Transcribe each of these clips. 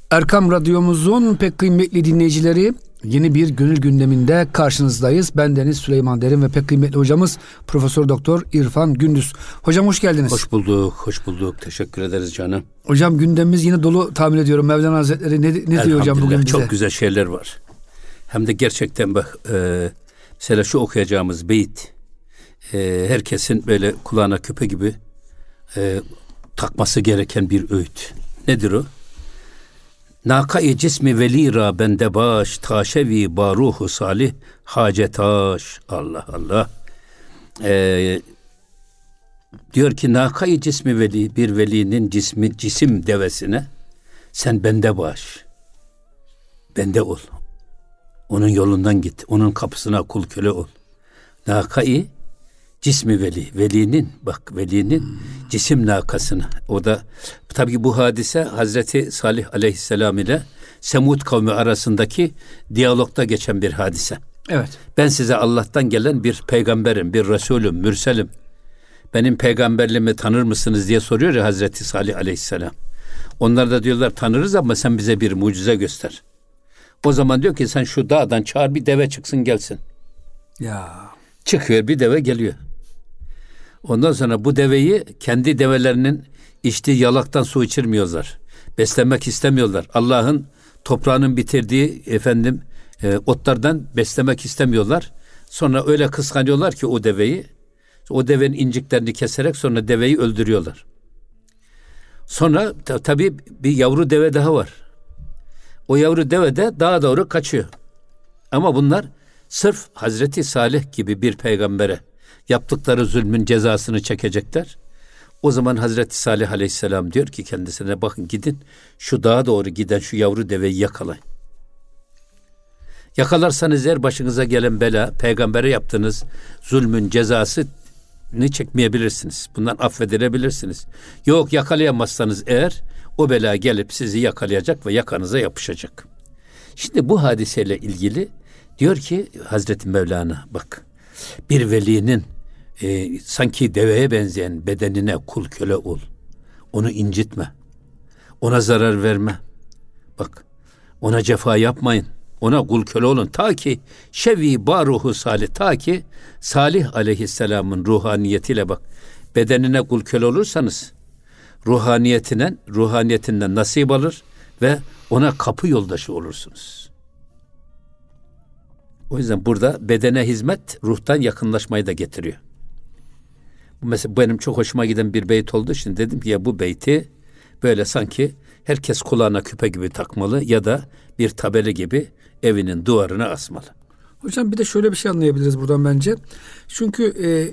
Erkam Radyomuzun pek kıymetli dinleyicileri, yeni bir gönül gündeminde karşınızdayız. Ben Deniz Süleyman Derin ve pek kıymetli hocamız Profesör Doktor İrfan Gündüz. Hocam hoş geldiniz. Hoş bulduk, hoş bulduk. Teşekkür ederiz canım. Hocam gündemimiz yine dolu tahmin ediyorum. Mevlana Hazretleri ne diyor hocam bugün bize? Çok güzel şeyler var. Hem de gerçekten bak, mesela şu okuyacağımız beyit, herkesin böyle kulağına küpe gibi takması gereken bir öğüt. Nedir o? Naka-i cismi velira bende baş, taşevi baruhu salih hacetaş. Allah Allah. Diyor ki naka-i cismi veli, bir velinin cisim devesine sen bende baş. Bende ol. Onun yolundan git. Onun kapısına kul köle ol. Naka-i cismi veli. Velinin cisim nakasına. O da tabii bu hadise Hazreti Salih aleyhisselam ile Semud kavmi arasındaki diyalogda geçen bir hadise. Evet. Ben size Allah'tan gelen bir peygamberim, bir Resulüm, mürselim. Benim peygamberliğimi tanır mısınız diye soruyor ya Hazreti Salih aleyhisselam. Onlar da diyorlar tanırız ama sen bize bir mucize göster. O zaman diyor ki sen şu dağdan çağır bir deve çıksın gelsin. Ya. Çıkıyor bir deve geliyor. Ondan sonra bu deveyi kendi develerinin içtiği yalaktan su içirmiyorlar. Beslemek istemiyorlar. Allah'ın toprağının bitirdiği otlardan beslemek istemiyorlar. Sonra öyle kıskanıyorlar ki o deveyi. O devenin inciklerini keserek sonra deveyi öldürüyorlar. Sonra tabii bir yavru deve daha var. O yavru deve de dağa doğru kaçıyor. Ama bunlar sırf Hazreti Salih gibi bir peygambere yaptıkları zulmün cezasını çekecekler. O zaman Hazreti Salih aleyhisselam diyor ki kendisine bakın gidin şu dağa doğru giden şu yavru deveyi yakalayın. Yakalarsanız eğer başınıza gelen bela, peygambere yaptığınız zulmün cezasını çekmeyebilirsiniz. Bundan affedilebilirsiniz. Yok yakalayamazsanız eğer o bela gelip sizi yakalayacak ve yakanıza yapışacak. Şimdi bu hadiseyle ilgili diyor ki Hazreti Mevlana bak bir velinin sanki deveye benzeyen bedenine kul köle ol. Onu incitme. Ona zarar verme. Bak ona cefa yapmayın. Ona kul köle olun. Ta ki şevi baruhu salih. Ta ki Salih aleyhisselamın ruhaniyetiyle bak. Bedenine kul köle olursanız ruhaniyetinden nasip alır ve ona kapı yoldaşı olursunuz. O yüzden burada bedene hizmet ruhtan yakınlaşmayı da getiriyor. Mesela benim çok hoşuma giden bir beyt oldu. Şimdi dedim ki ya bu beyti böyle sanki herkes kulağına küpe gibi takmalı ya da bir tabela gibi evinin duvarına asmalı. Hocam bir de şöyle bir şey anlayabiliriz buradan bence. Çünkü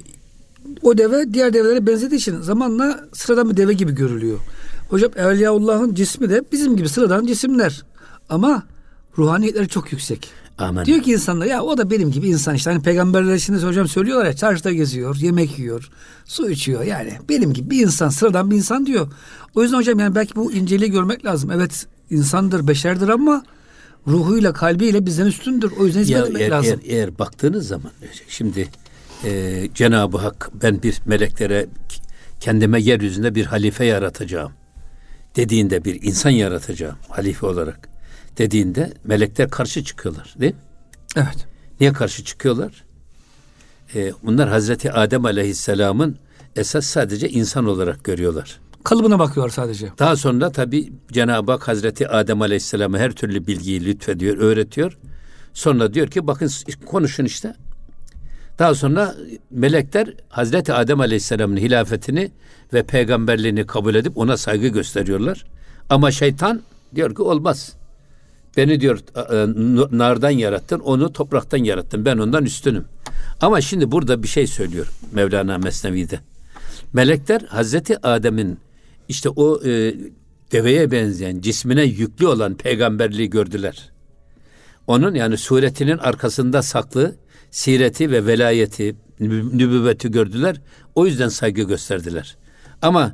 o deve diğer develere benzediği için zamanla sıradan bir deve gibi görülüyor. Hocam Evliyaullah'ın cismi de bizim gibi sıradan cisimler. Ama ruhaniyetleri çok yüksek. Amen. Diyor ki insanlar ya o da benim gibi insan işte. Hani peygamberler şimdi hocam söylüyorlar ya çarşıda geziyor, yemek yiyor, su içiyor. Yani benim gibi bir insan, sıradan bir insan diyor. O yüzden hocam yani belki bu inceliği görmek lazım. Evet insandır, beşerdir ama ruhuyla, kalbiyle bizden üstündür. O yüzden hizmet etmek lazım. Eğer baktığınız zaman şimdi Cenab-ı Hak ben bir meleklere kendime yeryüzünde bir halife yaratacağım dediğinde bir insan yaratacağım halife olarak dediğinde melekler karşı çıkıyorlar değil mi? Evet. Niye karşı çıkıyorlar? Bunlar Hazreti Adem Aleyhisselam'ın esas sadece insan olarak görüyorlar. Kalıbına bakıyor sadece. Daha sonra tabii Cenab-ı Hak Hazreti Adem Aleyhisselam'a her türlü bilgiyi lütfediyor, öğretiyor. Sonra diyor ki bakın konuşun işte. Daha sonra melekler Hazreti Adem Aleyhisselam'ın hilafetini ve peygamberliğini kabul edip ona saygı gösteriyorlar. Ama şeytan diyor ki olmaz. Beni diyor nardan yarattın, onu topraktan yarattın. Ben ondan üstünüm. Ama şimdi burada bir şey söylüyor Mevlana Mesnevi'de. Melekler Hazreti Adem'in işte o deveye benzeyen, cismine yüklü olan peygamberliği gördüler. Onun yani suretinin arkasında saklı sireti ve velayeti, nübüvveti gördüler. O yüzden saygı gösterdiler. Ama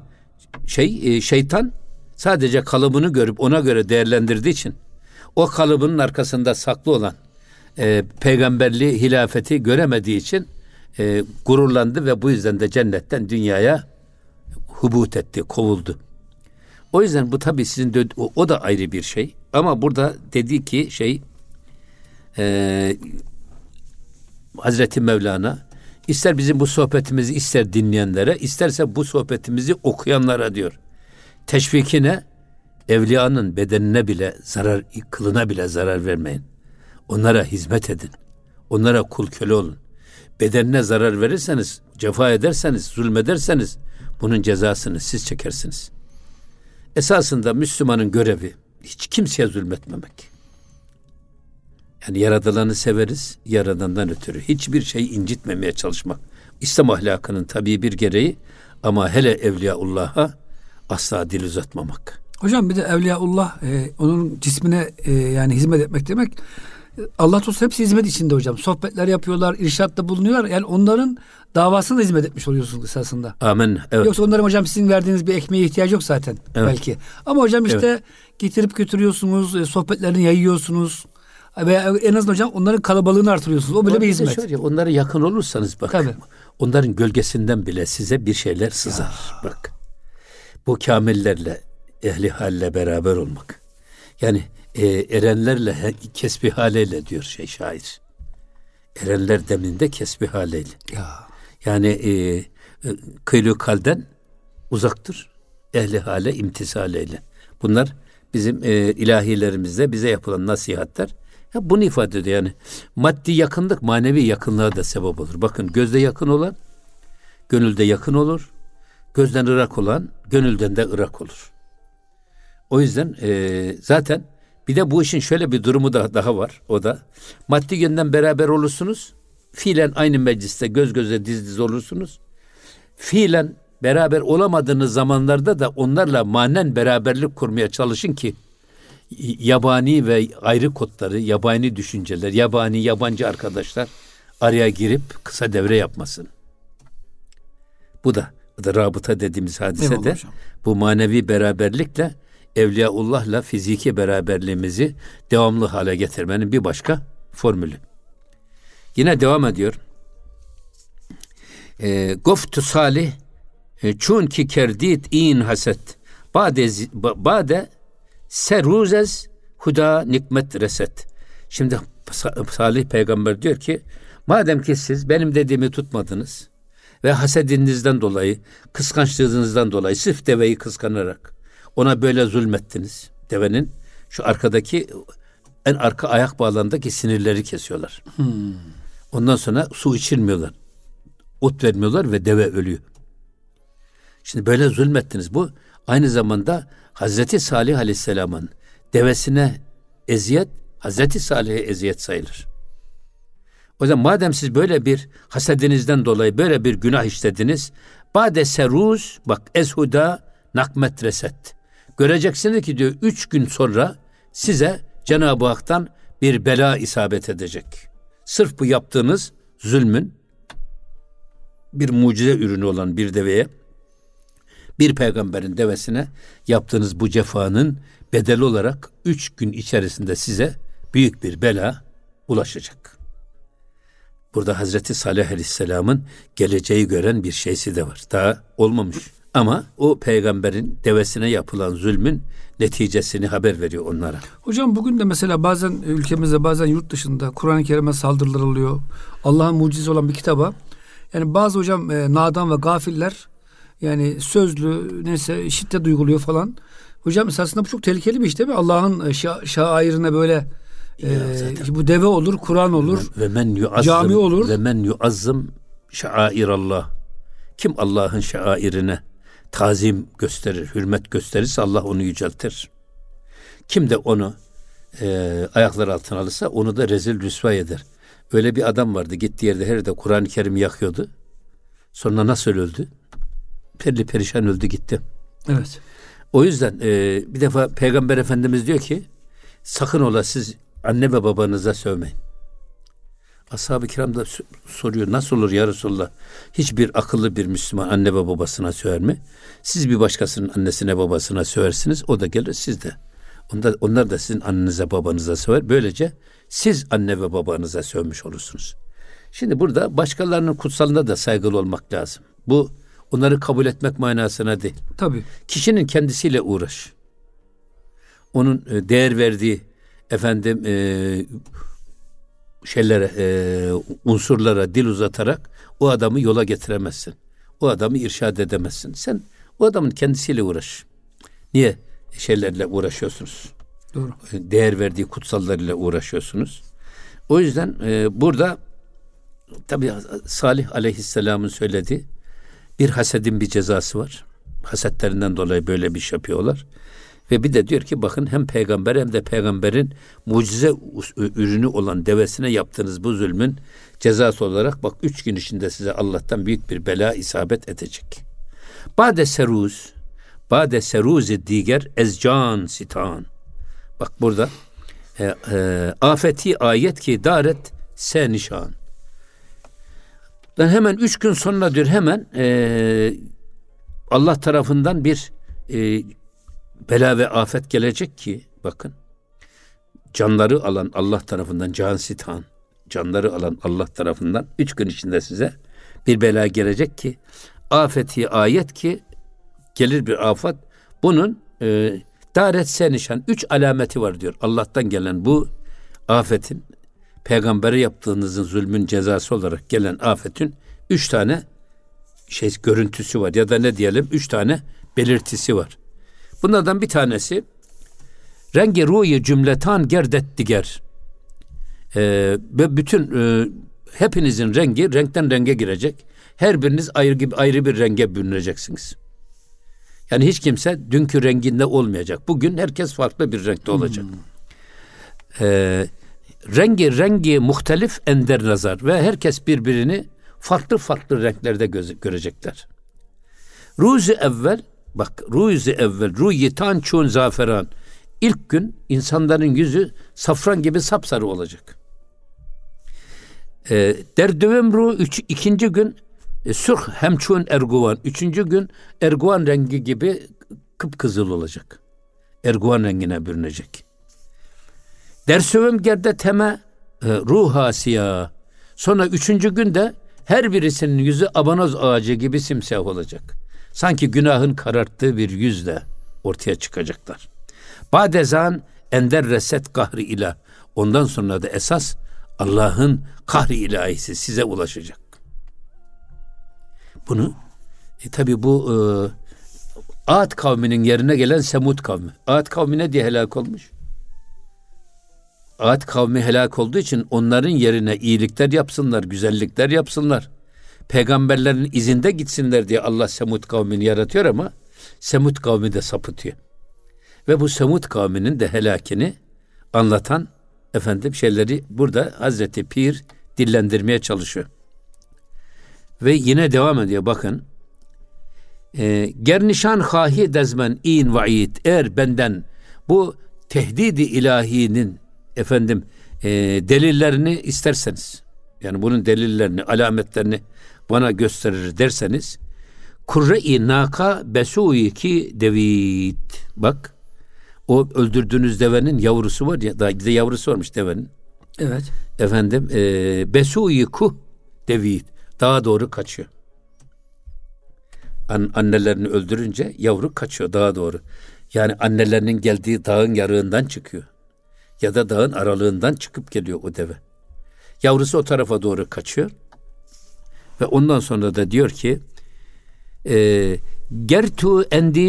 şeytan sadece kalıbını görüp ona göre değerlendirdiği için o kalıbının arkasında saklı olan peygamberliği, hilafeti göremediği için gururlandı ve bu yüzden de cennetten dünyaya hubut etti, kovuldu. O yüzden bu tabii sizin de, o da ayrı bir şey. Ama burada dedi ki Hazreti Mevlana ister bizim bu sohbetimizi ister dinleyenlere, isterse bu sohbetimizi okuyanlara diyor. Teşvikine, evliyanın bedenine bile zarar, kılına bile zarar vermeyin. Onlara hizmet edin. Onlara kul köle olun. Bedenine zarar verirseniz, cefa ederseniz, zulmederseniz bunun cezasını siz çekersiniz. Esasında Müslümanın görevi hiç kimseye zulmetmemek. Yani yaradılanı severiz, yaradandan ötürü. Hiçbir şey incitmemeye çalışmak. İslam ahlakının tabii bir gereği, ama hele Evliyaullah'a asla dil uzatmamak. Hocam bir de Evliyaullah onun cismine yani hizmet etmek demek. Allah dostları hepsi hizmet içinde hocam. Sohbetler yapıyorlar, irşatta bulunuyorlar. Yani onların davasına da hizmet etmiş oluyorsunuz esasında. Amin. Evet. Yoksa onların hocam sizin verdiğiniz bir ekmeğe ihtiyacı yok zaten belki. Ama hocam işte getirip götürüyorsunuz, sohbetlerini yayıyorsunuz. Ve en azından hocam onların kalabalığını artırıyorsunuz. O bile bir hizmet. Şöyle, onlara yakın olursanız bak. Tabii. Onların gölgesinden bile size bir şeyler sızar. Bak. Bu kamillerle, ehli halle beraber olmak. Yani erenlerle kesbi haleyle diyor şair. Erenler deminde kesbi haleyle. Yani kıylu kalden uzaktır. Ehli hale imtisaleyle. Bunlar bizim ilahilerimizde bize yapılan nasihatler. Ya bunu ifade ediyor yani. Maddi yakınlık manevi yakınlığa da sebep olur. Bakın gözde yakın olan gönülde yakın olur. Gözden ırak olan gönülden de ırak olur. O yüzden zaten bir de bu işin şöyle bir durumu da daha var. O da maddi yönden beraber olursunuz. Fiilen aynı mecliste göz göze diz diz olursunuz. Fiilen beraber olamadığınız zamanlarda da onlarla manen beraberlik kurmaya çalışın ki yabani ve ayrı kodları, yabani düşünceler, yabancı arkadaşlar araya girip kısa devre yapmasın. Bu da rabıta dediğimiz hadise de bu manevi beraberlikle Evliyaullah'la fiziki beraberliğimizi devamlı hale getirmenin bir başka formülü. Yine devam ediyor. Goftu salih çun ki kerdit in haset bade seruzez huda nikmet reset. Şimdi Salih peygamber diyor ki madem ki siz benim dediğimi tutmadınız ve hasedinizden dolayı, kıskançlığınızdan dolayı sırf deveyi kıskanarak ona böyle zulmettiniz. Devenin şu arkadaki en arka ayak bağlarındaki sinirleri kesiyorlar. Ondan sonra su içirmiyorlar. Ot vermiyorlar ve deve ölüyor. Şimdi böyle zulmettiniz. Bu aynı zamanda Hazreti Salih Aleyhisselam'ın devesine eziyet, Hazreti Salih'e eziyet sayılır. O zaman madem siz böyle bir hasedinizden dolayı böyle bir günah işlediniz, bade seruz, bak ezhuda nakmet reset. Göreceksiniz ki diyor 3 gün sonra size Cenab-ı Hak'tan bir bela isabet edecek. Sırf bu yaptığınız zulmün bir mucize ürünü olan bir deveye, bir peygamberin devesine yaptığınız bu cefanın bedeli olarak 3 gün içerisinde size büyük bir bela ulaşacak. Burada Hazreti Salih Aleyhisselam'ın geleceği gören bir şeysi de var. Daha olmamış. Ama o peygamberin devesine yapılan zulmün neticesini haber veriyor onlara. Hocam bugün de mesela bazen ülkemizde bazen yurt dışında Kur'an-ı Kerim'e saldırılar oluyor. Allah'ın mucizesi olan bir kitaba. Yani bazı hocam nadan ve gafiller yani sözlü neyse şiddet uyguluyor falan. Hocam esasında bu çok tehlikeli bir iş değil mi? Allah'ın şairine böyle bu deve olur, Kur'an olur, cami olur. Ve men yuazzım şairallah. Kim Allah'ın şairine tazim gösterir, hürmet gösterirse Allah onu yüceltir. Kim de onu ayaklar altına alırsa onu da rezil rüsva eder. Öyle bir adam vardı, gittiği yerde her yerde Kur'an-ı Kerim yakıyordu. Sonra nasıl öldü? Perişan öldü gitti. Evet. O yüzden bir defa Peygamber Efendimiz diyor ki sakın ola siz anne ve babanıza sövmeyin. Ashab-ı kiram da soruyor, nasıl olur ya Resulullah? Hiçbir akıllı bir Müslüman anne ve babasına söver mi? Siz bir başkasının annesine babasına söversiniz, o da gelir siz de. Onlar da sizin annenize babanıza söver. Böylece siz anne ve babanıza sövmüş olursunuz. Şimdi burada başkalarının kutsalına da saygılı olmak lazım. Bu Onları kabul etmek manasına değil. Tabii. Kişinin kendisiyle uğraş. Onun değer verdiği unsurlara dil uzatarak o adamı yola getiremezsin. O adamı irşad edemezsin. Sen o adamın kendisiyle uğraş. Niye şeylerle uğraşıyorsunuz? Doğru. Değer verdiği kutsallarıyla uğraşıyorsunuz. O yüzden burada tabii Salih Aleyhisselam'ın söylediği bir hasedin bir cezası var. Hasetlerinden dolayı böyle bir iş yapıyorlar. Ve bir de diyor ki bakın hem peygamber hem de peygamberin mucize ürünü olan devesine yaptığınız bu zulmün cezası olarak bak 3 gün içinde size Allah'tan büyük bir bela isabet edecek. Bade seruz diger ezcan sitan. Bak burada afeti ayet ki daret se nişan. Hemen 3 gün sonra diyor hemen Allah tarafından bir bela ve afet gelecek ki bakın canları alan Allah tarafından cansitan, canları alan Allah tarafından 3 gün içinde size bir bela gelecek ki afeti ayet ki gelir bir afet. Bunun daret senişan 3 alameti var diyor. Allah'tan gelen bu afetin peygambere yaptığınızın zulmün cezası olarak gelen afetin 3 tane görüntüsü var ya da ne diyelim 3 tane belirtisi var. Bunlardan bir tanesi rengi ruhi cümletan gerdet diger. Ve bütün hepinizin rengi renkten renge girecek. Her biriniz ayrı bir renge bürüneceksiniz. Yani hiç kimse dünkü renginde olmayacak. Bugün herkes farklı bir renkte olacak. Rengi muhtelif ender nazar ve herkes birbirini farklı renklerde görecekler. Ruzi evvel ruyitan çun zaferan. İlk gün insanların yüzü safran gibi sapsarı olacak. Derdövemru ikinci gün sürh hemçun erguvan. Üçüncü gün erguvan rengi gibi kıpkızıl olacak. Erguvan rengine bürünecek. Dersövem gerde teme ruha siyah. Sonra üçüncü günde her birisinin yüzü abanoz ağacı gibi simsiyah olacak. Sanki günahın kararttığı bir yüzle ortaya çıkacaklar. Badezan ender reset kahri ilah. Ondan sonra da esas Allah'ın kahri ilahisi size ulaşacak. Bunu tabi bu Ad kavminin yerine gelen Semud kavmi. Ad kavmi ne diye helak olmuş? Ad kavmi helak olduğu için onların yerine iyilikler yapsınlar, güzellikler yapsınlar. Peygamberlerin izinde gitsinler diye Allah Semud kavmini yaratıyor ama Semud kavmi de sapıtıyor. Ve bu Semud kavminin de helakini anlatan şeyleri burada Hazreti Pir dillendirmeye çalışıyor. Ve yine devam ediyor bakın. Gernişan hahi dezmen in vaid eğer benden bu tehdidi ilahinin delillerini isterseniz yani bunun delillerini alametlerini bana gösterir derseniz kurre-i naka besu'i ki devit. Bak o öldürdüğünüz devenin yavrusu var ya daha bir yavrusu varmış devenin. Evet. Besu'i kuh devit. Dağa doğru kaçıyor. Annelerini öldürünce yavru kaçıyor dağa doğru. Yani annelerinin geldiği dağın yarığından çıkıyor. Ya da dağın aralığından çıkıp geliyor o deve. Yavrusu o tarafa doğru kaçıyor. Ve ondan sonra da diyor ki gertu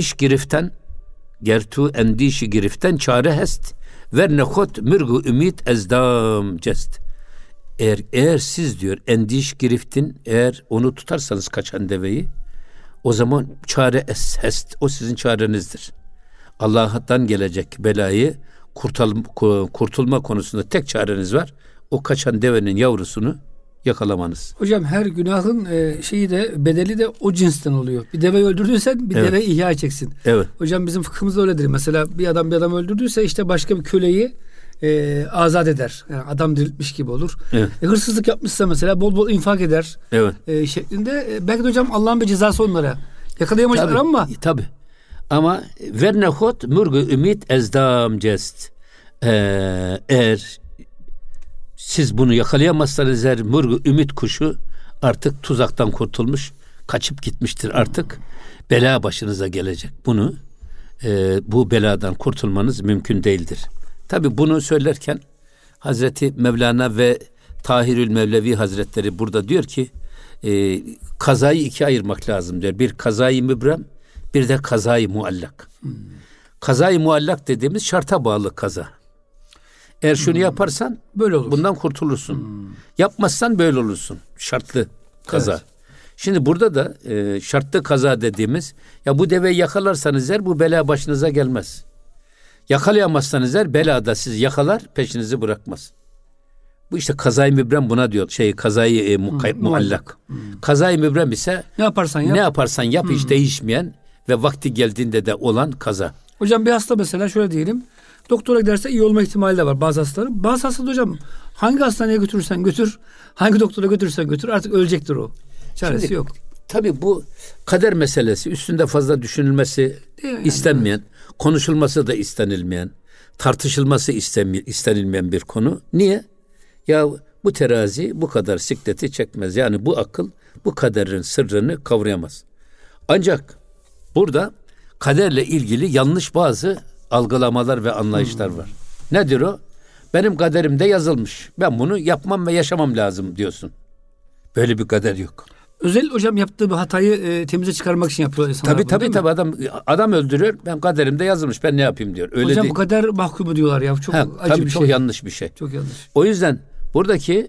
endişi giriften çare hest ver nehot mürgü ümit ezdam cest. Eğer siz diyor endiş giriftin eğer onu tutarsanız kaçan deveyi o zaman çare hest o sizin çarenizdir. Allah'tan gelecek belayı kurtulma konusunda tek çareniz var. O kaçan devenin yavrusunu yakalamanız. Hocam her günahın bedeli de o cinsten oluyor. Bir deve öldürdüysen bir deve ihya edeceksin. Evet. Hocam bizim fıkhımızda öyledir. Mesela bir adam öldürdüyse işte başka bir köleyi azat eder. Yani adam diriltmiş gibi olur. Evet. Hırsızlık yapmışsa mesela bol bol infak eder. Evet. Şeklinde. Belki de hocam Allah'ın bir cezası onlara. Yakalayamayacaklar ama. Tabii. Ama vernehot mürgü ümit ezdam cest. Eğer siz bunu yakalayamazsanız mürgü ümit kuşu artık tuzaktan kurtulmuş kaçıp gitmiştir artık. Bela başınıza gelecek. Bu beladan kurtulmanız mümkün değildir. Tabi bunu söylerken Hazreti Mevlana ve Tahirül Mevlevi Hazretleri burada diyor ki kazayı ikiye ayırmak lazım diyor. Bir kazayı mübrem, bir de kazayı muallak. Kazayı muallak dediğimiz şarta bağlı kaza. Eğer şunu yaparsan böyle olur. Bundan kurtulursun. Yapmazsan böyle olursun. Şartlı kaza. Evet. Şimdi burada da şartlı kaza dediğimiz, ya bu deveyi yakalarsanız eğer bu bela başınıza gelmez. Yakalayamazsanız eğer bela da sizi yakalar, peşinizi bırakmaz. Bu işte kazayı mübrem buna diyor. Kazayı muallak. Kazayı mübrem ise ne yaparsan yap hiç değişmeyen ve vakti geldiğinde de olan kaza. Hocam bir hasta mesela şöyle diyelim. Doktora giderse iyi olma ihtimali de var bazı hastaların. Bazı hastalar hocam hangi hastaneye götürürsen götür, hangi doktora götürürsen götür artık ölecektir o. Çaresi yok. Tabii bu kader meselesi, üstünde fazla düşünülmesi istenmeyen, konuşulması da istenilmeyen, tartışılması istenilmeyen bir konu. Niye? Ya bu terazi bu kadar sikleti çekmez. Yani bu akıl bu kaderin sırrını kavrayamaz. Ancak burada kaderle ilgili yanlış bazı algılamalar ve anlayışlar var. Nedir o? Benim kaderimde yazılmış. Ben bunu yapmam ve yaşamam lazım diyorsun. Böyle bir kader yok. Özel hocam yaptığı bir hatayı temize çıkarmak için yapıyor insanlar. Tabii adam öldürüyor. Ben kaderimde yazılmış. Ben ne yapayım diyor. Öyle hocam değil. Bu kader mahkumu diyorlar ya. Çok acı bir şey. Çok yanlış bir şey. Çok yanlış. O yüzden buradaki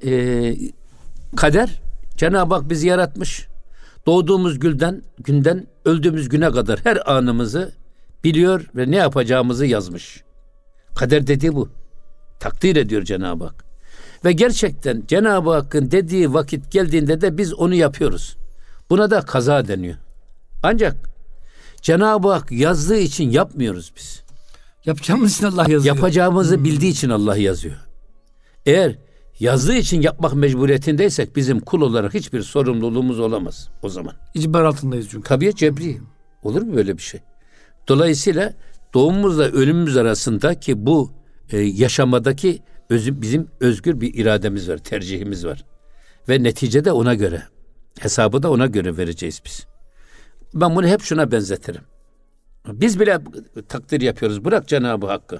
kader, Cenab-ı Hak bizi yaratmış. Doğduğumuz günden öldüğümüz güne kadar her anımızı biliyor ve ne yapacağımızı yazmış. Kader dediği bu. Takdir ediyor Cenab-ı Hak. Ve gerçekten Cenab-ı Hakk'ın dediği vakit geldiğinde de biz onu yapıyoruz. Buna da kaza deniyor. Ancak Cenab-ı Hak yazdığı için yapmıyoruz biz. Yapacağımız için Allah yazıyor. Yapacağımızı bildiği için Allah yazıyor. Eğer yazdığı için yapmak mecburiyetindeysek bizim kul olarak hiçbir sorumluluğumuz olamaz o zaman. İcbar altındayız çünkü. Tabiat cebri. Olur mu böyle bir şey? Dolayısıyla doğumumuzla ölümümüz arasındaki bu yaşamadaki bizim özgür bir irademiz var, tercihimiz var. Ve neticede ona göre, hesabı da ona göre vereceğiz biz. Ben bunu hep şuna benzetirim. Biz bile takdir yapıyoruz. Bırak Cenab-ı Hakk'ı.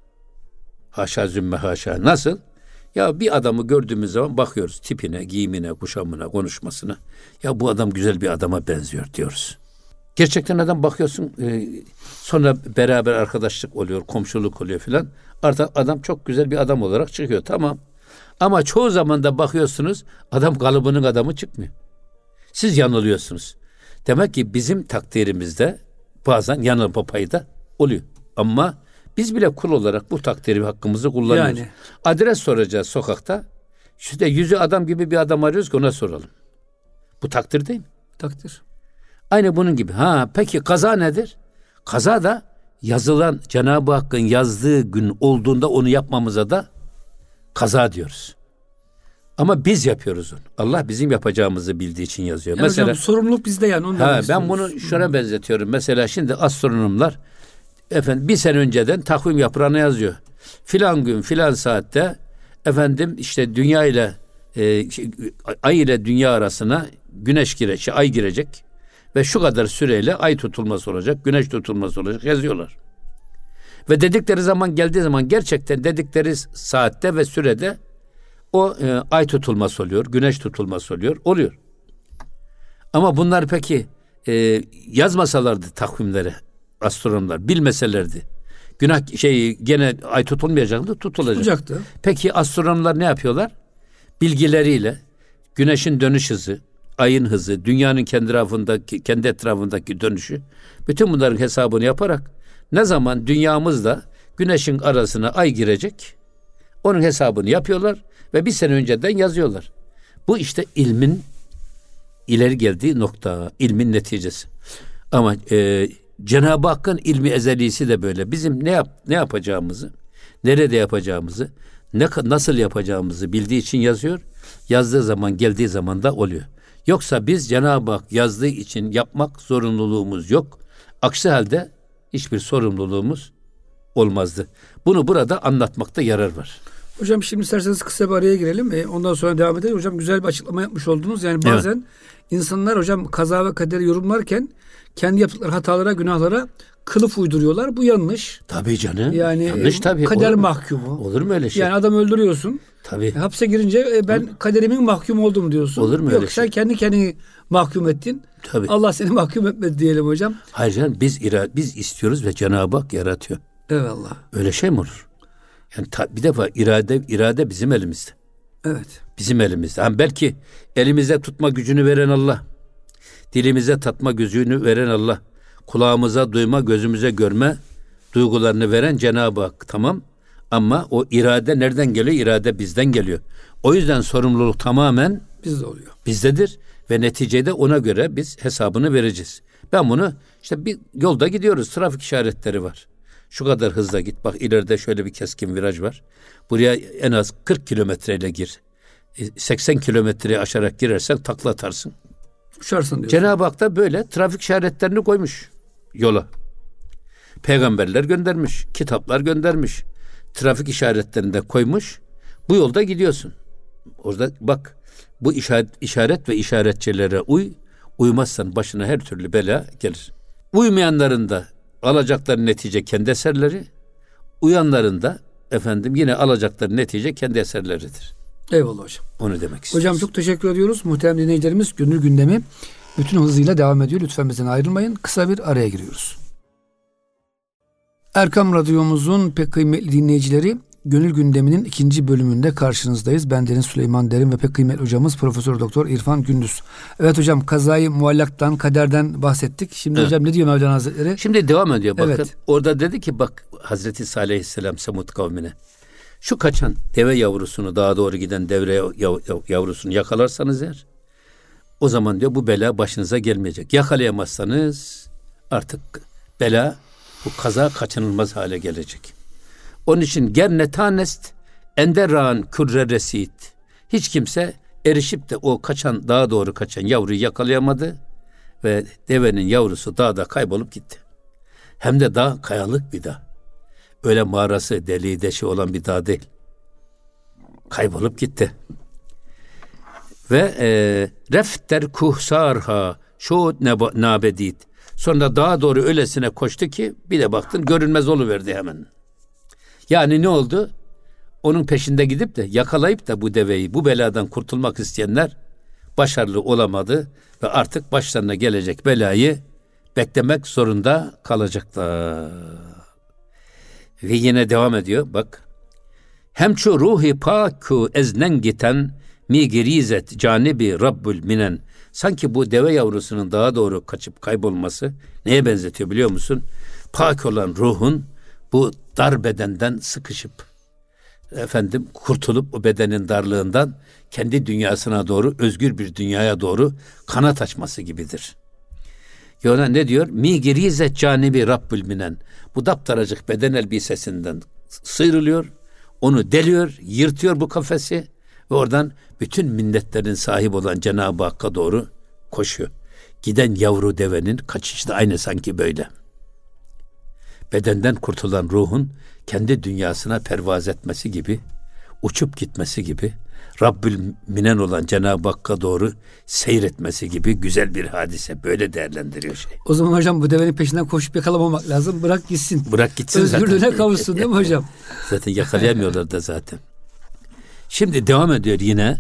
Haşa zümme haşa. Nasıl? Ya bir adamı gördüğümüz zaman bakıyoruz tipine, giyimine, kuşamına, konuşmasına. Ya bu adam güzel bir adama benziyor diyoruz. Gerçekten adam bakıyorsun sonra beraber arkadaşlık oluyor, komşuluk oluyor filan. Artık adam çok güzel bir adam olarak çıkıyor. Tamam. Ama çoğu zaman da bakıyorsunuz adam kalıbının adamı çıkmıyor. Siz yanılıyorsunuz. Demek ki bizim takdirimizde bazen yanılma payı da oluyor. Ama biz bile kul olarak bu takdiri hakkımızı kullanıyoruz. Yani. Adres soracağız sokakta. İşte yüzü adam gibi bir adam arıyoruz ki ona soralım. Bu takdir değil mi? Takdir. Aynı bunun gibi. Peki kaza nedir? Kaza da yazılan Cenab-ı Hakk'ın yazdığı gün olduğunda onu yapmamıza da kaza diyoruz. Ama biz yapıyoruz onu. Allah bizim yapacağımızı bildiği için yazıyor. Yani mesela hocam, sorumluluk bizde yani. Onu ben bunu şuna benzetiyorum. Mesela şimdi astronomlar bir sene önceden takvim yaprağına yazıyor. Filan gün filan saatte işte dünya ile ay ile dünya arasına ay girecek ve şu kadar süreyle ay tutulması olacak, güneş tutulması olacak yazıyorlar. Ve dedikleri zaman geldiği zaman gerçekten dedikleri saatte ve sürede o ay tutulması oluyor, güneş tutulması oluyor. Ama bunlar peki yazmasalardı takvimleri astronomlar, bilmeselerdi. Gene ay tutulmayacaktı, tutulacaktı. Peki astronomlar ne yapıyorlar? Bilgileriyle güneşin dönüş hızı, ayın hızı, dünyanın kendi etrafındaki dönüşü, bütün bunların hesabını yaparak ne zaman dünyamızla güneşin arasına ay girecek, onun hesabını yapıyorlar ve bir sene önceden yazıyorlar. Bu işte ilmin ileri geldiği nokta, ilmin neticesi. Ama Cenab-ı Hakk'ın ilmi ezelisi de böyle. Bizim ne yapacağımızı, nerede yapacağımızı, nasıl yapacağımızı bildiği için yazıyor. Yazdığı zaman, geldiği zaman da oluyor. Yoksa biz Cenab-ı Hak yazdığı için yapmak zorunluluğumuz yok. Aksi halde hiçbir sorumluluğumuz olmazdı. Bunu burada anlatmakta yarar var. Hocam şimdi isterseniz kısa bir araya girelim. Ondan sonra devam edelim. Hocam güzel bir açıklama yapmış oldunuz. Yani bazen insanlar hocam kaza ve kaderi yorumlarken kendi yaptıkları hatalara, günahlara kılıf uyduruyorlar. Bu yanlış. Tabii canım. Yani yanlış tabii. Kader olur mahkumu. Olur mu öyle şey? Yani adam öldürüyorsun. Tabii. Hapse girince ben kaderimin mahkum oldum diyorsun. Olur mu Yok, öyle sen şey? kendi kendini mahkum ettin. Tabii. Allah seni mahkum etmedi diyelim hocam. Hayır canım, biz istiyoruz ve Cenab-ı Hak yaratıyor. Eyvallah. Öyle şey mi olur? Yani bir defa irade bizim elimizde. Evet. Bizim elimizde. Yani belki elimize tutma gücünü veren Allah. Dilimize tatma gücünü veren Allah. Kulağımıza duyma, gözümüze görme duygularını veren Cenab-ı Hak. Tamam. Ama o irade nereden geliyor? İrade bizden geliyor. O yüzden sorumluluk tamamen Bizde oluyor. bizdedir ve neticede ona göre biz hesabını vereceğiz. Ben bunu işte bir yolda gidiyoruz. Trafik işaretleri var. Şu kadar hızla git. Bak ileride şöyle bir keskin viraj var. Buraya en az 40 kilometreyle gir. 80 kilometreyi aşarak girersen takla atarsın. Uçarsın diyorsun. Cenab-ı Hak da böyle trafik işaretlerini koymuş yola. Peygamberler göndermiş, kitaplar göndermiş. Trafik işaretlerini de koymuş. Bu yolda gidiyorsun. Orada bak, bu işaret ve işaretçilere uymazsan başına her türlü bela gelir. Uymayanların da alacakları netice kendi eserleri, uyanların da yine alacakları netice kendi eserleridir. Eyvallah hocam. Onu demek istiyorum. Hocam çok teşekkür ediyoruz. Muhterem dinleyicilerimiz, Gönül Gündemi bütün hızıyla devam ediyor. Lütfen bizden ayrılmayın. Kısa bir araya giriyoruz. Erkam Radyomuzun pek kıymetli dinleyicileri, Gönül Gündemi'nin 2. bölümünde karşınızdayız. Ben Deniz Süleyman Derin ve pek kıymetli hocamız Profesör Doktor İrfan Gündüz. Evet hocam, kazayı muallaktan, kaderden bahsettik. Şimdi hocam ne diyor Mevlana Hazretleri? Şimdi devam ediyor bakın. Evet. Orada dedi ki bak Hazreti Salih Aleyhisselam Semud kavmine. Şu kaçan deve yavrusunu, daha doğru giden deve yavrusunu yakalarsanız eğer, o zaman diyor bu bela başınıza gelmeyecek. Yakalayamazsanız artık bela, bu kaza kaçınılmaz hale gelecek. Onun için gerne tanest enderran kürre resit. Hiç kimse erişip de o kaçan, daha doğru kaçan yavruyu yakalayamadı ve devenin yavrusu dağda kaybolup gitti. Hem de dağ kayalık bir dağ. Öyle mağarası, deliği deşi olan bir dağ değil. Kaybolup gitti. Ve refter kuhsarha şut nabedit. Sonra dağa doğru öylesine koştu ki bir de baktın görünmez oluverdi hemen. Yani ne oldu? Onun peşinde gidip de yakalayıp da bu deveyi, bu beladan kurtulmak isteyenler başarılı olamadı ve artık başlarına gelecek belayı beklemek zorunda kalacaklar. Ve yine devam ediyor bak. Hemçu ruhi paku eznen giten mi gerizet canibi rabbül minen. Sanki bu deve yavrusunun dağa doğru kaçıp kaybolması neye benzetiyor biliyor musun? Pak olan ruhun bu dar bedenden sıkışıp kurtulup o bedenin darlığından kendi dünyasına doğru, özgür bir dünyaya doğru kanat açması gibidir. Yona ne diyor? Mi gerizet canibi rabbül minen. Bu daptaracık beden elbisesinden sıyrılıyor, onu deliyor, yırtıyor bu kafesi ve oradan bütün minnetlerin sahibi olan Cenab-ı Hakk'a doğru koşuyor. Giden yavru devenin kaçışı da aynı sanki böyle. Bedenden kurtulan ruhun kendi dünyasına pervaz etmesi gibi, uçup gitmesi gibi, Rabbül Minen olan Cenab-ı Hakk'a doğru seyretmesi gibi güzel bir hadise. Böyle değerlendiriyor şey. O zaman hocam bu devenin peşinden koşup yakalamamak lazım. Bırak gitsin. Bırak gitsin Özgürlüğüne zaten. kavuşsun değil mi hocam? Zaten yakalayamıyorlar da zaten. Şimdi devam ediyor yine.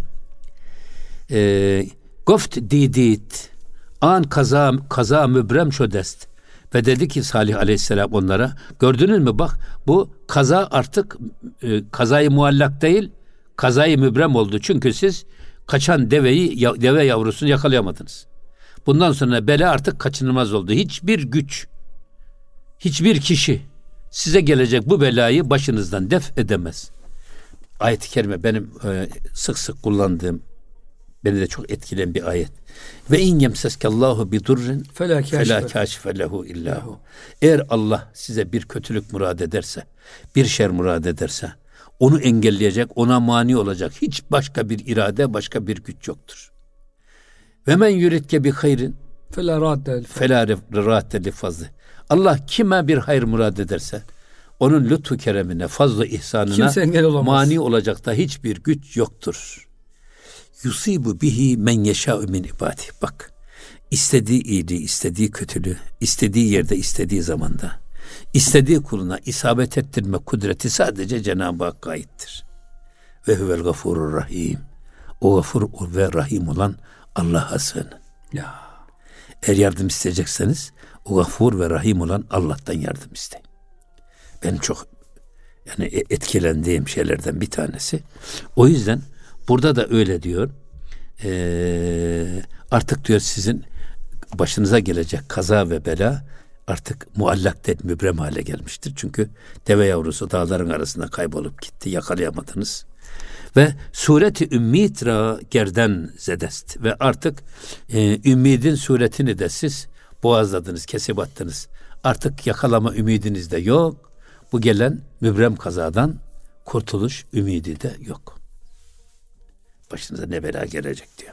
Goft didit an kaza mübrem şodest. Ve dedi ki Salih Aleyhisselam onlara, gördünüz mü bak bu kaza artık kazayı muallak değil, kazayı mübrem oldu. Çünkü siz kaçan deve yavrusunu yakalayamadınız. Bundan sonra bela artık kaçınılmaz oldu. Hiçbir güç, hiçbir kişi size gelecek bu belayı başınızdan def edemez. Ayet-i kerime benim sık sık kullandığım, beni de çok etkileyen bir ayet. Ve in yemseskallahu bi durrin fela kâşife lehu illahu. Eğer Allah size bir kötülük murad ederse, bir şer murad ederse, onu engelleyecek, ona mani olacak hiç başka bir irade, başka bir güç yoktur. Ve men yuridke bi hayrin fela radde li fazli. Allah kime bir hayır murad ederse, Onun lütfu keremine, fazla ihsanına mani olacak da hiçbir güç yoktur. Yusibu bihi men yeşâ'u min ibâdi. Bak, istediği iyiliği, istediği kötülüğü, istediği yerde, istediği zamanda, istediği kuluna isabet ettirme kudreti sadece Cenab-ı Hakk'a aittir. Ve huvel gafurur rahim. O gafur ve rahim olan Allah'a sığının. Ya. Eğer yardım isteyecekseniz o gafur ve rahim olan Allah'tan yardım isteyin. Ben çok etkilendiğim şeylerden bir tanesi. O yüzden burada da öyle diyor. Artık diyor sizin başınıza gelecek kaza ve bela artık muallak değil, mübrem hale gelmiştir. Çünkü deve yavrusu dağların arasında kaybolup gitti. Yakalayamadınız. Ve sureti ümmid ra gerden zedest. Ve artık ümmidin suretini de siz boğazladınız, kesip attınız. Artık yakalama ümidiniz de yok. Bu gelen mübrem kazadan kurtuluş ümidi de yok. Başınıza ne bela gelecek diyor.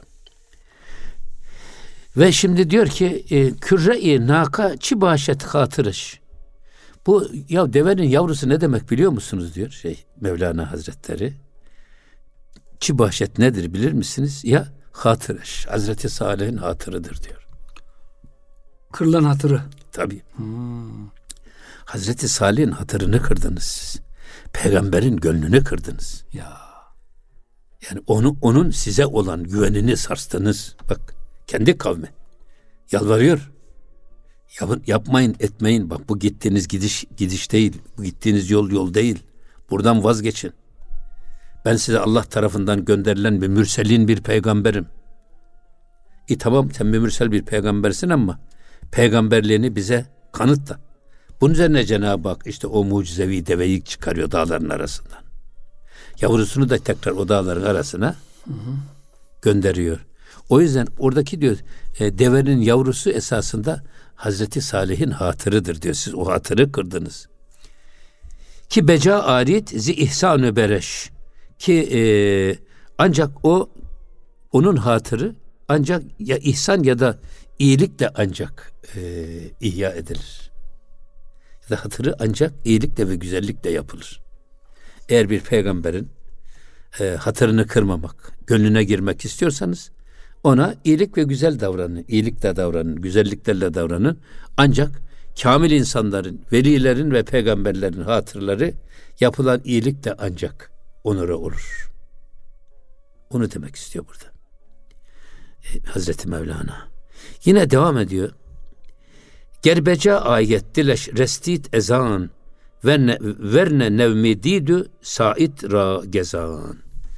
Ve şimdi diyor ki kürre-i naka çi başet hatırış. Bu ya devenin yavrusu ne demek biliyor musunuz diyor Mevlana Hazretleri. Çi bahşet nedir bilir misiniz? Ya hatırış. Hazreti Salih'in hatırıdır diyor. Kırılan hatırı. Tabii. Hazreti Salih'in hatırını kırdınız siz. Peygamberin gönlünü kırdınız. Ya. Yani onun size olan güvenini sarstınız. Bak kendi kavmi yalvarıyor. Yapmayın, etmeyin. Bak bu gittiğiniz gidiş değil. Bu gittiğiniz yol değil. Buradan vazgeçin. Ben size Allah tarafından gönderilen bir mürselin bir peygamberim. Tamam sen bir mürsel bir peygambersin ama peygamberliğini bize kanıtla. Bunun üzerine Cenab-ı Hak işte o mucizevi deveyi çıkarıyor dağların arasından. Yavrusunu da tekrar o dağların arasına gönderiyor. O yüzden oradaki diyor devenin yavrusu esasında Hazreti Salih'in hatırıdır diyor. Siz o hatırı kırdınız. Ki beca arit zi ihsan-ı bereş. Ki ancak onun hatırı ancak ya ihsan ya da iyilikle ancak ihya edilir. Ya da hatırı ancak iyilikle ve güzellikle yapılır. Eğer bir peygamberin hatırını kırmamak, gönlüne girmek istiyorsanız ona iyilik ve güzel davranın, iyilikle davranın, güzelliklerle davranın. Ancak kamil insanların, velilerin ve peygamberlerin hatırları yapılan iyilikle ancak onura olur. Onu demek istiyor burada. Hazreti Mevlana. Yine devam ediyor. Gerbeca ayet dileş restit ezan verne nevmididü sait ra gezan.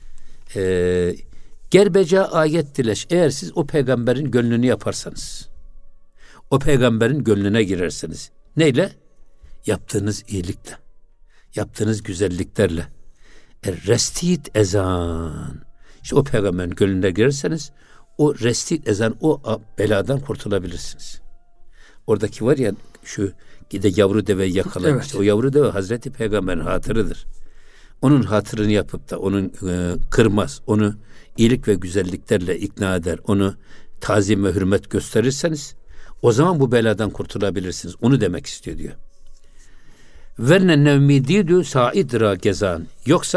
Gerbeca ayet dileş. Eğer siz o peygamberin gönlünü yaparsanız, o peygamberin gönlüne girerseniz, neyle? Yaptığınız iyilikle, yaptığınız güzelliklerle. Restit ezan. İşte o peygamberin gönlüne girerseniz, o restit ezan, o beladan kurtulabilirsiniz. Oradaki var ya şu gide yavru deveyi yakalamış. Evet. O yavru deve Hazreti Peygamber'in hatırıdır. Onun hatırını yapıp da onun kırmaz, onu iyilik ve güzelliklerle ikna eder, onu tazim ve hürmet gösterirseniz o zaman bu beladan kurtulabilirsiniz. Onu demek istiyor diyor. Verne nevmididü saidra gezan.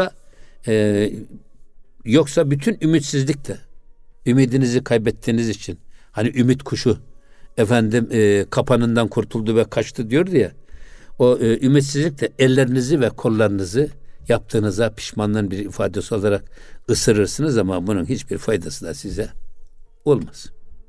Yoksa bütün ümitsizlikle, ümidinizi kaybettiğiniz için, hani ümit kuşu kapanından kurtuldu ve kaçtı diyordu ya, o ümitsizlikle ellerinizi ve kollarınızı yaptığınıza pişmanlığın bir ifadesi olarak ısırırsınız ama bunun hiçbir faydası da size olmaz.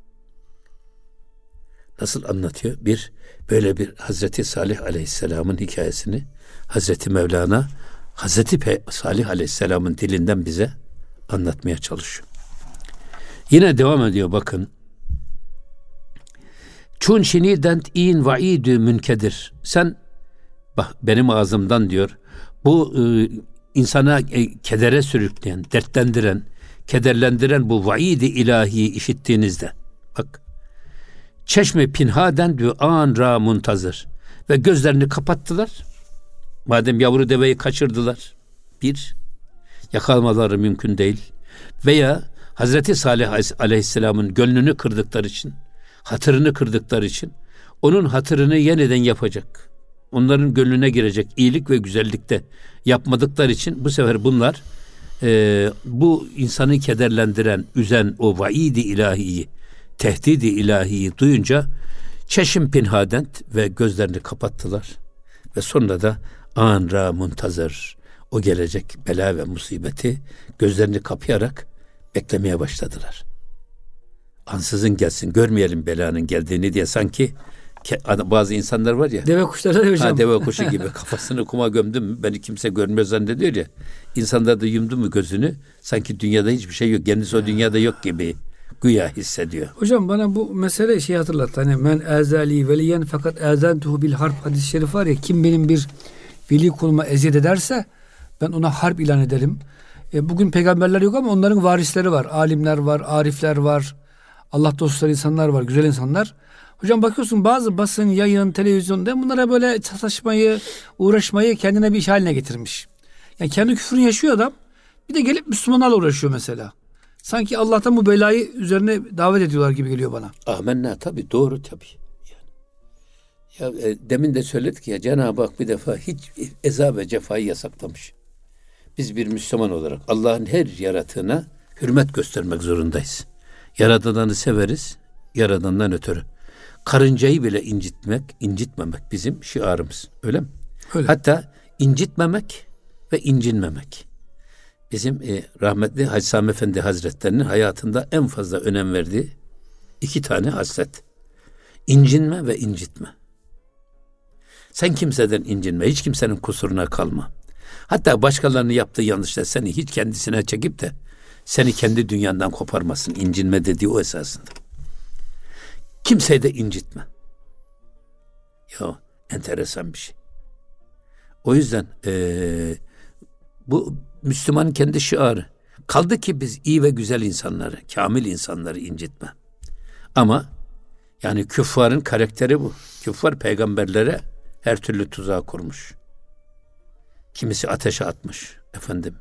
Nasıl anlatıyor? Böyle bir Hazreti Salih Aleyhisselam'ın hikayesini Hazreti Mevlana Hazreti Salih Aleyhisselam'ın dilinden bize anlatmaya çalışıyor. Yine devam ediyor bakın. Çun şinident in vaidü münkedir. Sen bak benim ağzımdan diyor bu insana kedere sürükleyen, dertlendiren, kederlendiren bu vaid-i ilahiyi işittiğinizde bak çeşme pinhaden diyor an ra muntazır ve gözlerini kapattılar. Madem yavru deveyi kaçırdılar. Yakalamaları mümkün değil. Veya Hazreti Salih Aleyhisselam'ın gönlünü kırdıkları için, hatırını kırdıkları için onun hatırını yeniden yapacak onların gönlüne girecek iyilik ve güzellikte yapmadıkları için bu sefer bunlar bu insanı kederlendiren, üzen o vaidi ilahiyi, tehdidi ilahiyi duyunca çeşim pinhadent ve gözlerini kapattılar. Ve sonra da anra muntazır, o gelecek bela ve musibeti gözlerini kapayarak beklemeye başladılar. Ansızın gelsin, görmeyelim belanın geldiğini diye, sanki bazı insanlar var ya. Deve kuşları da hocam. Deve kuşu gibi kafasını kuma gömdüm mü beni kimse görmüyor zannediyor ya. İnsanlar da yumdu mu gözünü, sanki dünyada hiçbir şey yok, kendisi o dünyada yok gibi güya hissediyor. Hocam bana bu mesele hatırlattı. Hani men ezali veliyen fakat ezentuhu bil harp hadis-i şerif var ya, kim benim bir veli kuluma eziyet ederse ben ona harp ilan ederim. Bugün peygamberler yok ama onların varisleri var. Alimler var, arifler var. Allah dostları insanlar var, güzel insanlar. Hocam bakıyorsun bazı basın, yayın, televizyonda bunlara böyle sataşmayı, uğraşmayı kendine bir iş haline getirmiş. Yani kendi küfrünü yaşıyor adam. Bir de gelip Müslümanlarla uğraşıyor mesela. Sanki Allah'tan bu belayı üzerine davet ediyorlar gibi geliyor bana. Amenna, tabii doğru tabii. Yani, demin de söyledik ya, Cenab-ı Hak bir defa hiç eza ve cefayı yasaklamış. Biz bir Müslüman olarak Allah'ın her yaratığına hürmet göstermek zorundayız. Yaradanı severiz, Yaradan'dan ötürü. Karıncayı bile incitmemek bizim şiarımız. Öyle mi? Öyle. Hatta incitmemek ve incinmemek. Bizim rahmetli Hacı Sami Efendi Hazretleri'nin hayatında en fazla önem verdiği 2 tane haslet. İncinme ve incitme. Sen kimseden incinme, hiç kimsenin kusuruna kalma. Hatta başkalarının yaptığı yanlışlar seni hiç kendisine çekip de seni kendi dünyandan koparmasın. İncinme dediği o esasında. Kimseyi de incitme. Ya enteresan bir şey. O yüzden bu Müslümanın kendi şiarı. Kaldı ki biz iyi ve güzel insanları, kamil insanları incitme. Ama yani küffarın karakteri bu. Küffar peygamberlere her türlü tuzağı kurmuş. Kimisi ateşe atmış efendim.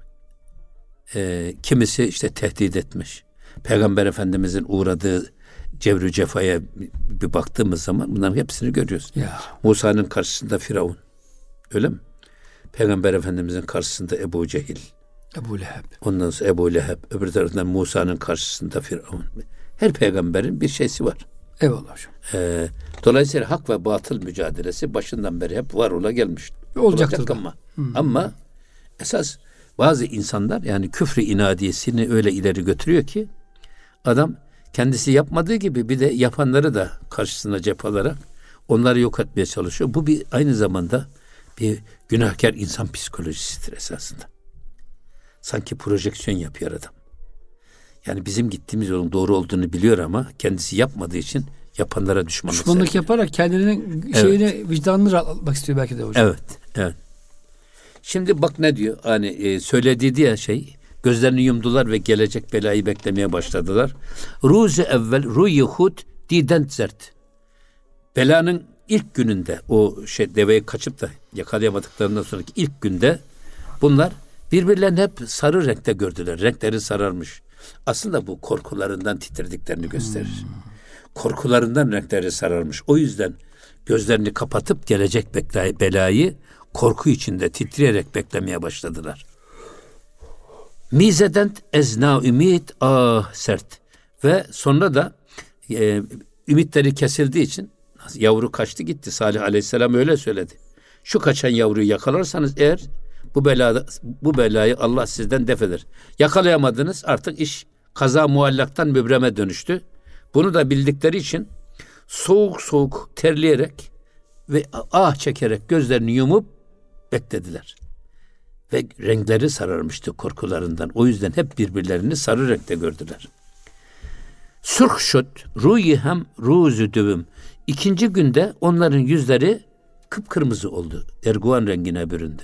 Kimisi işte tehdit etmiş. Peygamber Efendimizin uğradığı cevr-ü cefaya bir baktığımız zaman bunların hepsini görüyoruz. Ya. Musa'nın karşısında Firavun. Öyle mi? Peygamber Efendimizin karşısında Ebu Cehil. Ebu Leheb. Ondan sonra Ebu Leheb. Öbür taraftan Musa'nın karşısında Firavun. Her peygamberin bir şeysi var. Eyvallah hocam. Dolayısıyla hak ve batıl mücadelesi başından beri hep var ola gelmiş. Olacaktır ama. Ama esas bazı insanlar yani küfrü inadiyesini öyle ileri götürüyor ki adam kendisi yapmadığı gibi bir de yapanları da karşısına cephe alarak onları yok etmeye çalışıyor. Bu bir aynı zamanda bir günahkar insan psikolojisidir esasında. Sanki projeksiyon yapıyor adam. Yani bizim gittiğimiz yolun doğru olduğunu biliyor ama kendisi yapmadığı için yapanlara düşmanlık yaparak kendinin şeyini, vicdanını rahatlatmak istiyor belki de hocam. Evet. Şimdi bak ne diyor? Hani söylediği diye gözlerini yumdular ve gelecek belayı beklemeye başladılar. Ruzi evvel ruyuhud dident zert. Belanın ilk gününde o deveyi kaçıp da yakalayamadıklarından sonraki ilk günde bunlar birbirlerini hep sarı renkte gördüler. Renkleri sararmış. Aslında bu korkularından titrediklerini gösterir. Korkularından renkleri sararmış. O yüzden gözlerini kapatıp gelecek belayı korku içinde titreyerek beklemeye başladılar. Mizedent ezna ümit sert. Ve sonra da ümitleri kesildiği için yavru kaçtı gitti. Salih Aleyhisselam öyle söyledi. Şu kaçan yavruyu yakalarsanız eğer bu belayı Allah sizden def eder. Yakalayamadınız, artık iş kaza muallaktan mübreme dönüştü. Bunu da bildikleri için soğuk soğuk terleyerek ve çekerek gözlerini yumup beklediler. Ve renkleri sararmıştı korkularından. O yüzden hep birbirlerini sarı renkte gördüler. Surhşut ruyihem ruzüdüvüm. İkinci günde onların yüzleri kıpkırmızı oldu. Erguvan rengine büründü.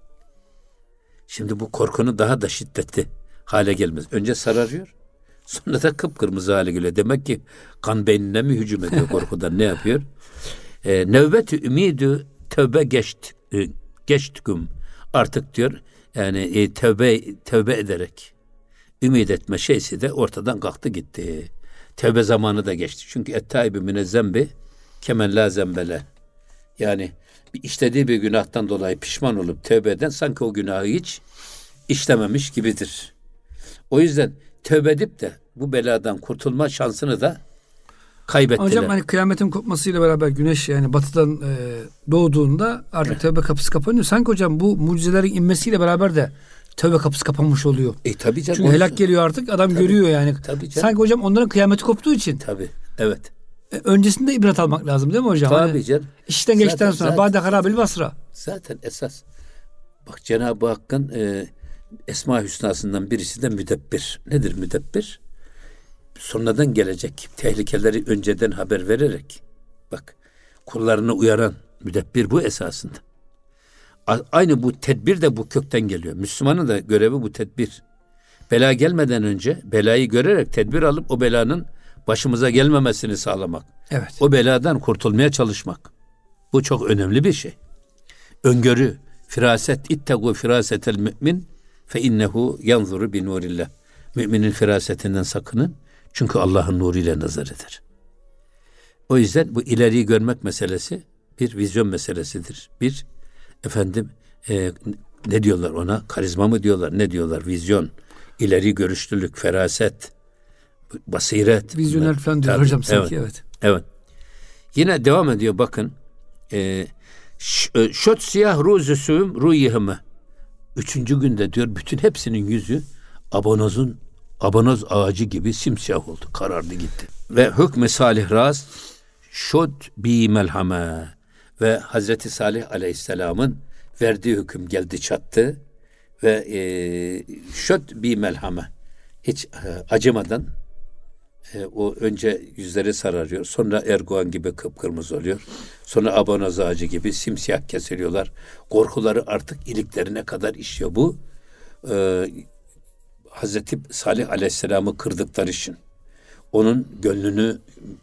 Şimdi bu korkunun daha da şiddetli hale gelmez. Önce sararıyor. Sonra da kıpkırmızı hale geliyor. Demek ki kan beynine mi hücum ediyor korkudan, ne yapıyor? Nevbeti ümidü tövbe geçtüküm. Artık diyor yani tövbe ederek ümid etme şeysi de ortadan kalktı gitti. Tövbe zamanı da geçti. Çünkü ettaibi mine zembi kemen la zembele. Yani işlediği bir günahtan dolayı pişman olup tövbe eden sanki o günahı hiç işlememiş gibidir. O yüzden tövbe edip de bu beladan kurtulma şansını da kaybettiler. Hocam hani kıyametin kopmasıyla beraber güneş yani batıdan doğduğunda artık tövbe kapısı kapanıyor. Sanki hocam bu mucizelerin inmesiyle beraber de tövbe kapısı kapanmış oluyor. Tabii canım. Çünkü helak geliyor artık, adam görüyor yani. Sanki hocam onların kıyameti koptuğu için. Tabii. Evet. Öncesinde ibret almak lazım değil mi hocam? Tabii canım. İşten geçtikten sonra ba'de harabil basra. Zaten esas bak Cenab-ı Hakk'ın Esma-i Hüsna'sından birisi de müdebbir. Nedir müdebbir? Sonradan gelecek tehlikeleri önceden haber vererek bak kullarını uyaran müdebbir bu esasında. Aynı bu tedbir de bu kökten geliyor. Müslümanın da görevi bu tedbir. Bela gelmeden önce belayı görerek tedbir alıp o belanın başımıza gelmemesini sağlamak. Evet. O beladan kurtulmaya çalışmak. Bu çok önemli bir şey. Öngörü, firaset, ittegu firasetel mümin fe innehu yanzuru bi nurillah. Müminin firasetinden sakının. Çünkü Allah'ın nuruyla nazar eder. O yüzden bu ileriyi görmek meselesi bir vizyon meselesidir. Bir ne diyorlar ona? Karizma mı diyorlar? Ne diyorlar? Vizyon, ileri görüşlülük, feraset, basiret. Vizyoner falan diyor hocam sanki, evet. Evet. Yine devam ediyor bakın. Şöt siyah ruzusum ruyihime. 3. günde diyor bütün hepsinin yüzü abonoz ağacı gibi simsiyah oldu. Karardı gitti. Ve hükmü Salih raz şod bi melhame. Ve Hazreti Salih Aleyhisselam'ın verdiği hüküm geldi çattı. Ve şod bi melhame. Hiç acımadan o önce yüzleri sararıyor. Sonra erguvan gibi kıpkırmızı oluyor. Sonra abonoz ağacı gibi simsiyah kesiliyorlar. Korkuları artık iliklerine kadar işiyor. Bu Hazreti Salih Aleyhisselam'ı kırdıkları için, onun gönlünü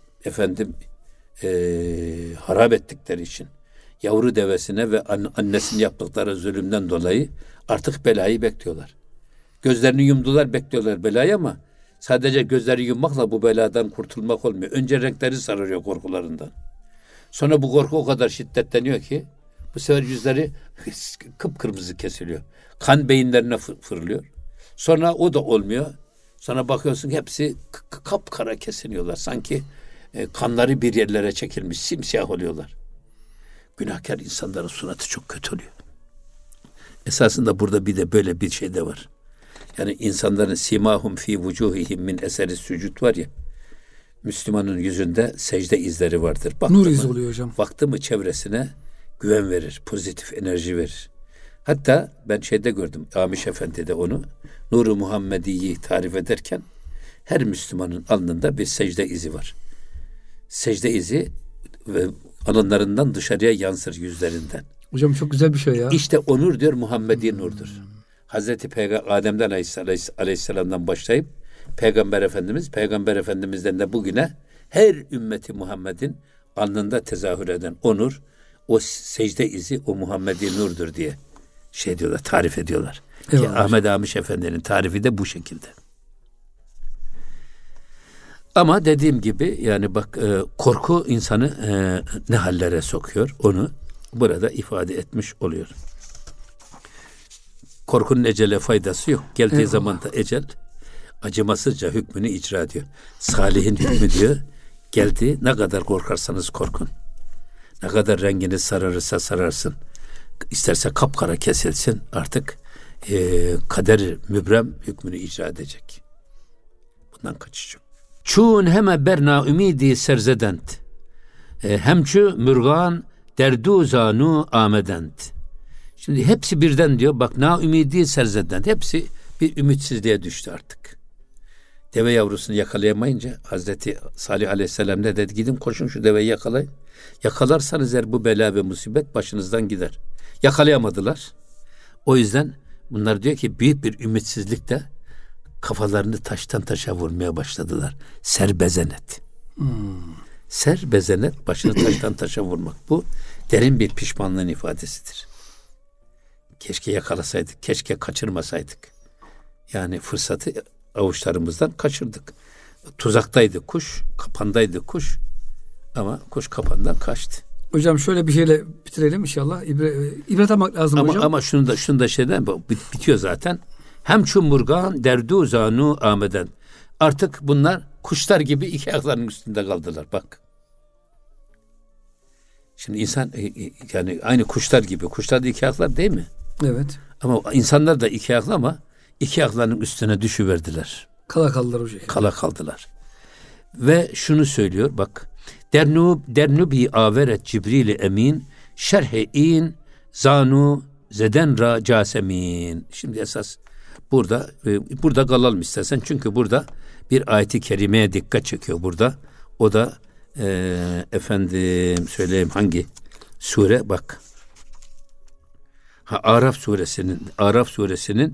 harap ettikleri için, yavru devesine ve annesinin yaptıkları zulümden dolayı artık belayı bekliyorlar. Gözlerini yumdular, bekliyorlar belayı ama sadece gözleri yummakla bu beladan kurtulmak olmuyor. Önce renkleri sararıyor korkularından. Sonra bu korku o kadar şiddetleniyor ki bu sefer yüzleri kıpkırmızı kesiliyor. Kan beyinlerine fırlıyor. Sonra o da olmuyor. Sonra bakıyorsun hepsi kapkara kesiniyorlar. Sanki kanları bir yerlere çekilmiş, simsiyah oluyorlar. Günahkar insanların suratı çok kötü oluyor. Esasında burada bir de böyle bir şey de var. Yani insanların simahum fi vucuhihim min eseri sücud var ya, Müslümanın yüzünde secde izleri vardır. Nur izi oluyor hocam. Baktı mı çevresine güven verir, pozitif enerji verir. Hatta ben gördüm, Amiş Efendi'de onu, Nur-u Muhammedi'yi tarif ederken her Müslümanın alnında bir secde izi var. Secde izi ve alınlarından dışarıya yansır yüzlerinden. Hocam çok güzel bir şey ya. İşte o nur diyor Muhammedi nurdur. Hazreti Adem'den Aleyhisselam'dan başlayıp Peygamber Efendimiz'den de bugüne her ümmeti Muhammed'in alnında tezahür eden o nur, o secde izi o Muhammedi nurdur diye diyorlar, tarif ediyorlar. Ki Ahmet Amiş Efendi'nin tarifi de bu şekilde. Ama dediğim gibi yani bak korku insanı ne hallere sokuyor onu burada ifade etmiş oluyor. Korkunun ecele faydası yok. Geldiği zaman da ecel acımasızca hükmünü icra ediyor. Salih'in hükmü diyor geldi, ne kadar korkarsanız korkun. Ne kadar renginiz sararırsa sararsın. İsterse kapkara kesilsin artık kader mübrem hükmünü icra edecek. Bundan kaçış yok. Çun heme berna ümidi serzedent. Hemçü mürgan derdu zanu amedent. Şimdi hepsi birden diyor. Bak na ümidi serzedent. Hepsi bir ümitsizliğe düştü artık. Deve yavrusunu yakalayamayınca Hazreti Salih Aleyhisselam ne dedi? Gidin koşun şu deveyi yakalayın. Yakalarsanız eğer bu bela ve musibet başınızdan gider. Yakalayamadılar. O yüzden bunlar diyor ki büyük bir ümitsizlikle kafalarını taştan taşa vurmaya başladılar. Serbezenet. Serbezenet, başını taştan taşa vurmak. Bu derin bir pişmanlığın ifadesidir. Keşke yakalasaydık, keşke kaçırmasaydık. Yani fırsatı avuçlarımızdan kaçırdık. Tuzaktaydı kuş, kapandaydı kuş ama kuş kapandan kaçtı. Hocam şöyle bir şeyle bitirelim inşallah. İbret almak lazım hocam. Ama şunu da şeyden bitiyor zaten. Hem çumurgan derdu zanu ameden. Artık bunlar kuşlar gibi iki ayaklarının üstünde kaldılar. Bak. Şimdi insan yani aynı kuşlar gibi. Kuşlar da iki ayaklar değil mi? Evet. Ama insanlar da iki ayaklı ama iki ayaklarının üstüne düşüverdiler. Kala kaldılar hocam. Kala kaldılar. Ve şunu söylüyor bak. Dernu bi averet Cibril emin şerhe'in zanu zeden ra casemin. Şimdi esas burada kalalım istersen. Çünkü burada bir ayet-i kerimeye dikkat çekiyor burada. O da efendim söyleyeyim hangi sure bak. Araf suresinin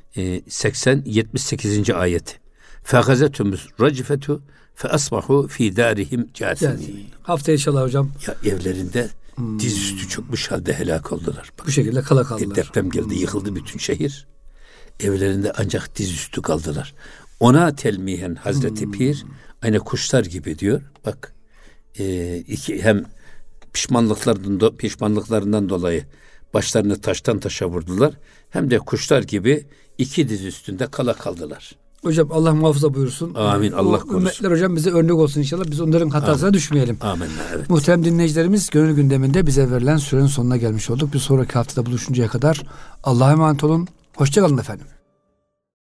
78. ayeti. Fegazetumuz racifetu fe asbahu fi darihim casimin. Haftaya inşallah hocam. Ya evlerinde dizüstü çökmüş halde helak oldular. Bak, bu şekilde kala kaldılar. Deprem geldi, yıkıldı bütün şehir. Evlerinde ancak dizüstü kaldılar. Ona telmihen Hazreti Pir aynı kuşlar gibi diyor. Bak hem pişmanlıklarından dolayı başlarını taştan taşa vurdular. Hem de kuşlar gibi iki diz üstünde kala kaldılar. Hocam Allah muhafaza buyursun. Amin. Allah korusun. Ümmetler hocam bize örnek olsun inşallah. Biz onların hatasına düşmeyelim. Amin. Evet. Muhterem dinleyicilerimiz, Gönül Gündemi'nde bize verilen sürenin sonuna gelmiş olduk. Bir sonraki haftada buluşuncaya kadar Allah'a emanet olun. Hoşça kalın efendim.